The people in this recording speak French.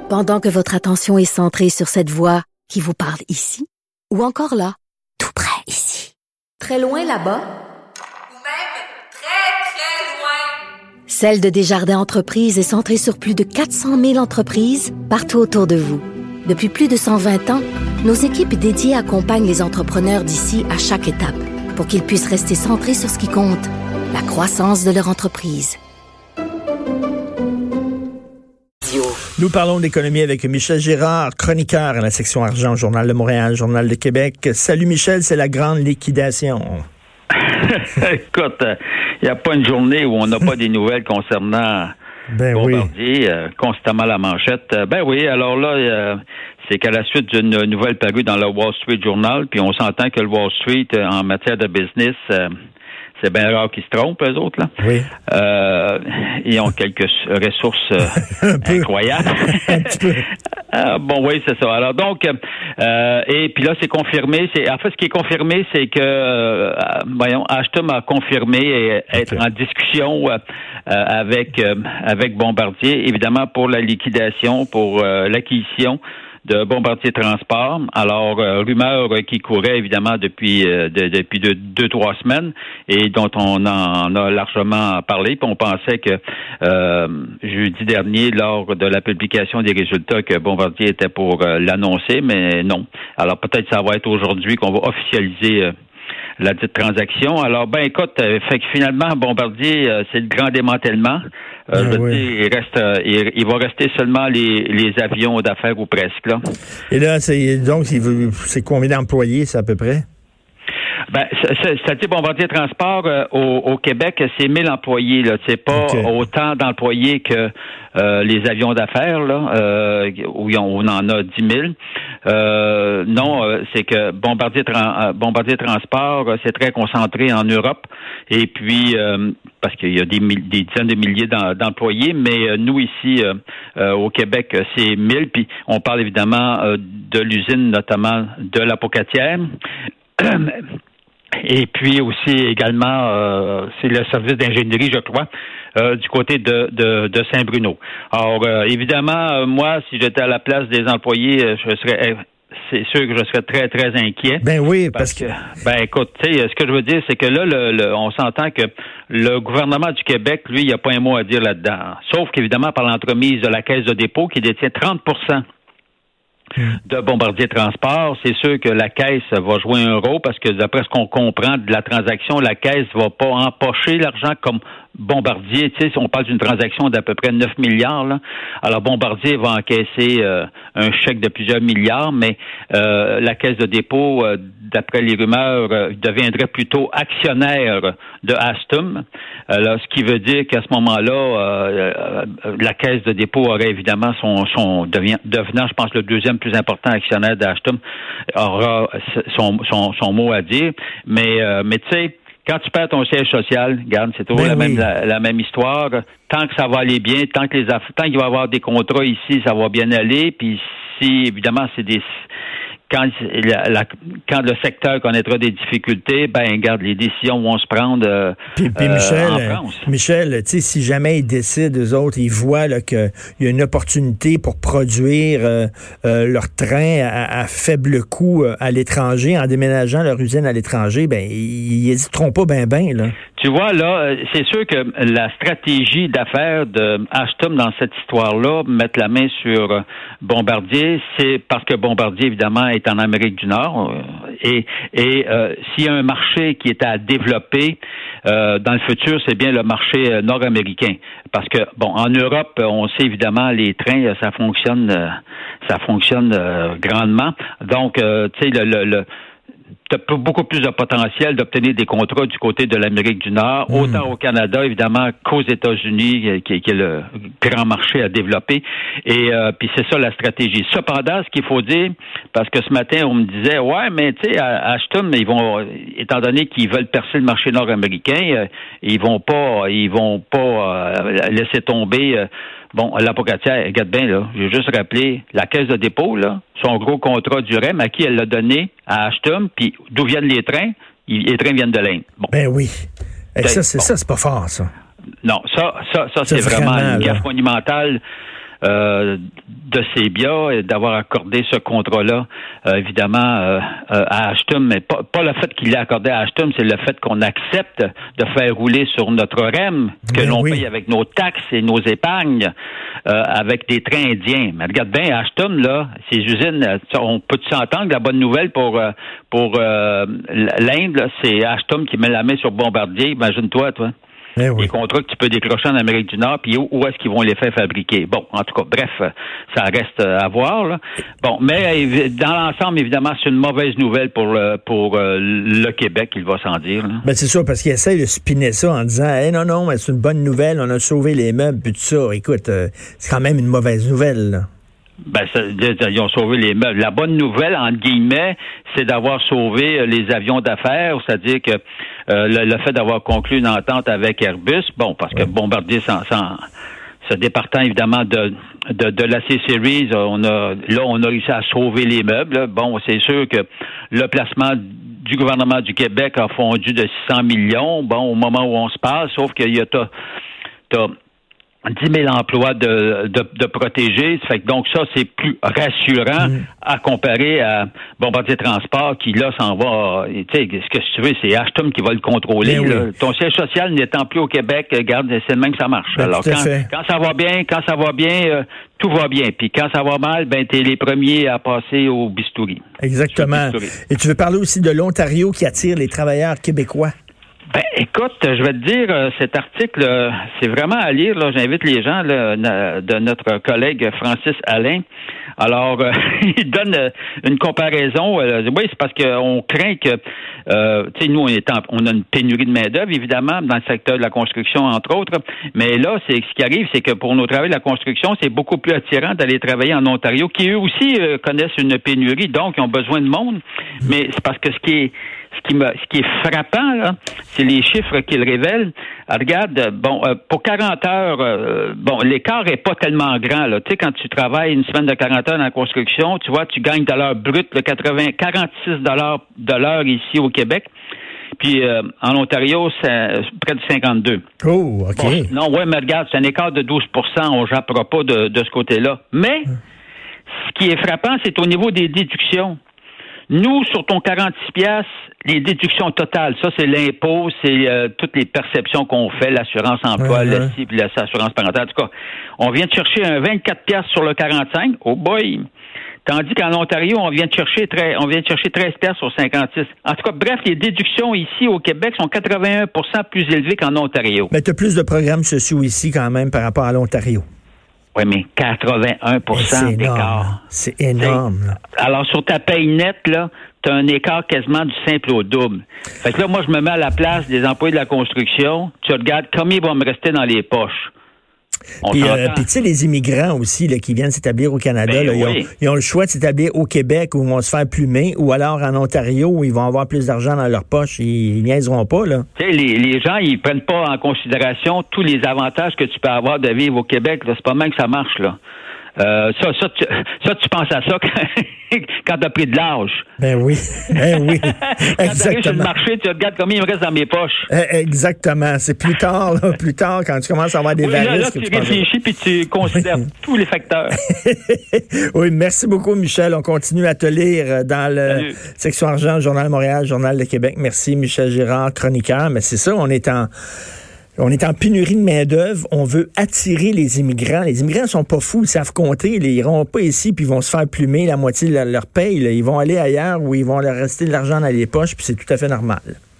Pendant que votre attention est centrée sur cette voix qui vous parle ici, ou encore là, tout près ici, très loin là-bas, ou même très, très loin. Celle de Desjardins Entreprises est centrée sur plus de 400 000 entreprises partout autour de vous. Depuis plus de 120 ans, nos équipes dédiées accompagnent les entrepreneurs d'ici à chaque étape pour qu'ils puissent rester centrés sur ce qui compte, la croissance de leur entreprise. Nous parlons d'économie avec Michel Gérard, chroniqueur à la section argent, Journal de Montréal, Journal de Québec. Salut Michel, c'est la grande liquidation. Écoute, il n'y a pas une journée où on n'a pas des nouvelles concernant Bombardier, constamment à la manchette. Alors là, c'est qu'à la suite d'une nouvelle parue dans le Wall Street Journal, puis on s'entend que le Wall Street, en matière de business, c'est bien rare qu'ils se trompent, eux autres, là. Oui. Ils ont quelques ressources incroyables. Un petit peu. Oui, c'est ça. Alors donc, et puis là, c'est confirmé. En fait, ce qui est confirmé, c'est que, Alstom a confirmé être en discussion avec Bombardier, évidemment pour la liquidation, pour l'acquisition de Bombardier Transport. Alors, rumeur qui courait évidemment depuis 2-3 semaines et dont on en a largement parlé. Puis on pensait que jeudi dernier, lors de la publication des résultats, que Bombardier était pour l'annoncer, mais non. Alors peut-être ça va être aujourd'hui qu'on va officialiser la dite transaction. Alors, écoute, fait que finalement, Bombardier, c'est le grand démantèlement. Il va rester seulement les avions d'affaires ou presque, là. Et là, c'est combien d'employés, ça, à peu près? C'est-à-dire Bombardier Transport au Québec, c'est 1000 employés, là. C'est pas autant d'employés que les avions d'affaires, là, où on en a 10 000. C'est que Bombardier Transport, c'est très concentré en Europe. Et puis, parce qu'il y a des dizaines de milliers d'employés, mais nous ici, au Québec, c'est 1000. Puis, on parle évidemment de l'usine, notamment de la Pocatière. Et puis aussi également, c'est le service d'ingénierie, je crois, du côté de Saint-Bruno. Alors, évidemment, moi, si j'étais à la place des employés, c'est sûr que je serais très, très inquiet. Parce que... écoute, tu sais, ce que je veux dire, c'est que là, on s'entend que le gouvernement du Québec, lui, il n'y a pas un mot à dire là-dedans. Sauf qu'évidemment, par l'entremise de la Caisse de dépôt, qui détient 30% de Bombardier Transport, c'est sûr que la Caisse va jouer un rôle parce que d'après ce qu'on comprend de la transaction, la Caisse va pas empocher l'argent comme Bombardier. Tu sais, si on parle d'une transaction d'à peu près 9 milliards, là, alors Bombardier va encaisser un chèque de plusieurs milliards, mais la Caisse de dépôt, d'après les rumeurs, deviendrait plutôt actionnaire de Alstom. Alors, ce qui veut dire qu'à ce moment-là, la Caisse de dépôt aurait évidemment devenant, je pense, le deuxième plus important actionnaire d'Alstom, aura son mot à dire. Mais tu sais, quand tu perds ton siège social, regarde, c'est toujours la même histoire. Tant que ça va aller bien, tant qu'il va y avoir des contrats ici, ça va bien aller. Puis si, évidemment, c'est des... Quand le secteur connaîtra des difficultés, regarde, les décisions vont se prendre puis en France. Michel, tu sais, si jamais ils décident, eux autres, ils voient là, qu'il y a une opportunité pour produire leur train à faible coût à l'étranger, en déménageant leur usine à l'étranger, ils n'hésiteront pas là. Tu vois, là, c'est sûr que la stratégie d'affaires de Alstom dans cette histoire-là, mettre la main sur Bombardier, c'est parce que Bombardier, évidemment, est en Amérique du Nord. Et s'il y a un marché qui est à développer dans le futur, c'est bien le marché nord-américain. Parce que, en Europe, on sait évidemment, les trains, ça fonctionne grandement. Donc, tu sais, tu as beaucoup plus de potentiel d'obtenir des contrats du côté de l'Amérique du Nord, autant au Canada, évidemment, qu'aux États-Unis, qui est le grand marché à développer. Et puis c'est ça la stratégie. Cependant, ce qu'il faut dire, parce que ce matin, on me disait, mais tu sais, à Alstom, étant donné qu'ils veulent percer le marché nord-américain, ils vont pas laisser tomber... la Pocatière, regarde bien, là, j'ai juste rappelé, la Caisse de dépôt, là, son gros contrat du REM, à qui elle l'a donné? À Alstom, puis d'où viennent les trains? Les trains viennent de l'Inde. Ça, c'est pas fort, ça. Non, ça c'est vraiment une gaffe monumentale de Sebia et d'avoir accordé ce contrat-là, évidemment, à Alstom, mais pas le fait qu'il l'ait accordé à Alstom, c'est le fait qu'on accepte de faire rouler sur notre REM, que l'on paye avec nos taxes et nos épargnes, avec des trains indiens. Mais regarde bien, Alstom, là, ces usines, on peut s'entendre que la bonne nouvelle pour l'Inde, là, c'est Alstom qui met la main sur Bombardier. Imagine-toi, toi. Les contrats que tu peux décrocher en Amérique du Nord, puis où est-ce qu'ils vont les faire fabriquer? Bon, en tout cas, bref, ça reste à voir, là. Bon, mais dans l'ensemble, évidemment, c'est une mauvaise nouvelle pour le Québec, il va sans dire. Là. Ben c'est ça, parce qu'ils essayent de spinner ça en disant non, mais c'est une bonne nouvelle, on a sauvé les meubles, puis tout ça. Écoute, c'est quand même une mauvaise nouvelle, là. Ben, ils ont sauvé les meubles. La bonne nouvelle, entre guillemets, c'est d'avoir sauvé les avions d'affaires, c'est-à-dire que le fait d'avoir conclu une entente avec Airbus, bon, parce que Bombardier, se départant évidemment de la C-Series, on a réussi à sauver les meubles. Bon, c'est sûr que le placement du gouvernement du Québec a fondu de 600 millions, bon, au moment où on se parle, sauf qu'il y a t'as 10 000 emplois de protégés. Fait que donc ça, c'est plus rassurant à comparer à Bombardier Transport qui, là, s'en va. Tu sais, ce que tu veux, c'est Alstom qui va le contrôler. Là. Ton siège social n'étant plus au Québec, regarde, c'est le même que ça marche. Ben, alors, quand ça va bien, tout va bien. Puis quand ça va mal, ben t'es les premiers à passer au bistouri. Exactement. Et tu veux parler aussi de l'Ontario qui attire les travailleurs québécois. Ben, écoute, je vais te dire, cet article, c'est vraiment à lire. Là, j'invite les gens là, de notre collègue Francis Alain. Alors, il donne une comparaison. Oui, c'est parce qu'on craint que, tu sais, nous, on a une pénurie de main-d'œuvre, évidemment, dans le secteur de la construction, entre autres. Mais là, ce qui arrive, c'est que pour nos travailleurs de la construction, c'est beaucoup plus attirant d'aller travailler en Ontario, qui eux aussi connaissent une pénurie, donc ils ont besoin de monde. Mais c'est parce que ce qui est frappant, là, c'est les chiffres qu'il révèle. Regarde, bon, pour 40 heures, bon, l'écart est pas tellement grand, là. Tu sais, quand tu travailles une semaine de 40 heures dans la construction, tu vois, tu gagnes de l'heure brute, 46 de l'heure ici au Québec. Puis, en Ontario, c'est près de 52. Oh, OK. Bon, non, ouais, mais regarde, c'est un écart de 12 on jappera pas de ce côté-là. Mais, ce qui est frappant, c'est au niveau des déductions. Nous, sur ton 46 piastres, les déductions totales, ça, c'est l'impôt, c'est toutes les perceptions qu'on fait, l'assurance emploi, la CIP, l'assurance parentale. En tout cas, on vient de chercher un 24 piastres sur le 45. Oh boy! Tandis qu'en Ontario, on vient de chercher 13 piastres sur 56. En tout cas, bref, les déductions ici au Québec sont 81 plus élevées qu'en Ontario. Mais tu as plus de programmes sociaux ici quand même par rapport à l'Ontario. Oui, mais 81 d'écart. C'est énorme. Là. Alors, sur ta paye nette, là, tu as un écart quasiment du simple au double. Fait que là, moi, je me mets à la place des employés de la construction. Tu regardes combien il va me rester dans les poches. Puis tu sais, les immigrants aussi là, qui viennent s'établir au Canada, là, ils ont le choix de s'établir au Québec où ils vont se faire plumer, ou alors en Ontario où ils vont avoir plus d'argent dans leur poche. Ils niaiseront pas, là. Tu sais, les gens, ils prennent pas en considération tous les avantages que tu peux avoir de vivre au Québec. Là. C'est pas mal que ça marche, là. Tu penses à ça quand tu as pris de l'âge. Ben oui. Exactement. Quand tu arrives sur le marché, tu regardes combien il me reste dans mes poches. Exactement. C'est plus tard, quand tu commences à avoir des varices. Là, tu réfléchis puis tu considères tous les facteurs. Oui, merci beaucoup, Michel. On continue à te lire dans le section argent, Journal de Montréal, Journal de Québec. Merci, Michel Girard, chroniqueur. Mais c'est ça, on est en pénurie de main-d'œuvre. On veut attirer les immigrants. Les immigrants sont pas fous, ils savent compter. Ils iront pas ici puis ils vont se faire plumer la moitié de leur paye. Là. Ils vont aller ailleurs où ils vont leur rester de l'argent dans les poches, puis c'est tout à fait normal.